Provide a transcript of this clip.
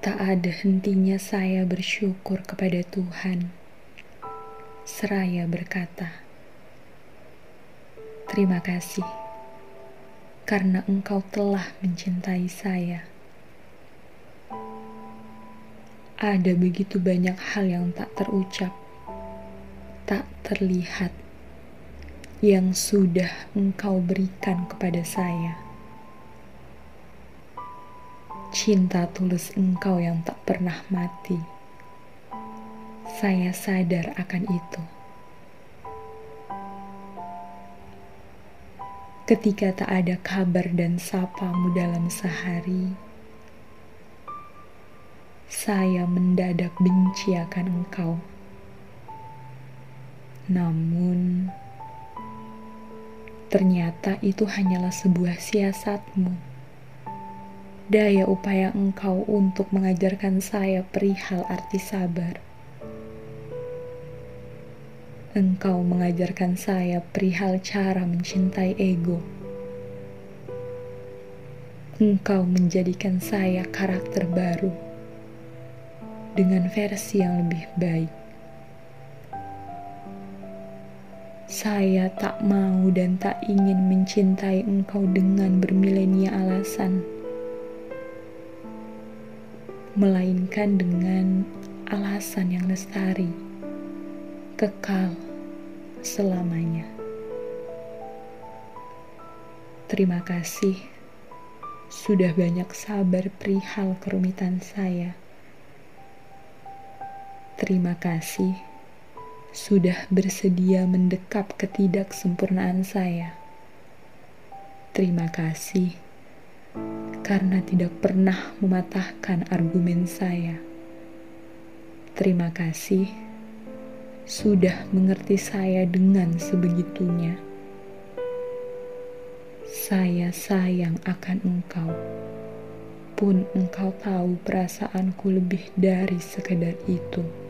Tak ada hentinya saya bersyukur kepada Tuhan, seraya berkata, "Terima kasih, karena Engkau telah mencintai saya." Ada begitu banyak hal yang tak terucap, tak terlihat, yang sudah Engkau berikan kepada saya. Cinta tulus Engkau yang tak pernah mati. Saya sadar akan itu. Ketika tak ada kabar dan sapamu dalam sehari, saya mendadak benci akan Engkau. Namun, ternyata itu hanyalah sebuah siasatmu. Daya upaya Engkau untuk mengajarkan saya perihal arti sabar. Engkau mengajarkan saya perihal cara mencintai ego. Engkau menjadikan saya karakter baru dengan versi yang lebih baik. Saya tak mau dan tak ingin mencintai Engkau dengan bermilenia alasan, melainkan dengan alasan yang lestari, kekal selamanya. Terima kasih sudah banyak sabar perihal kerumitan saya. Terima kasih sudah bersedia mendekap ketidaksempurnaan saya. Terima kasih karena tidak pernah mematahkan argumen saya. Terima kasih sudah mengerti saya dengan sebegitunya. Saya sayang akan Engkau, pun Engkau tahu perasaanku lebih dari sekedar itu.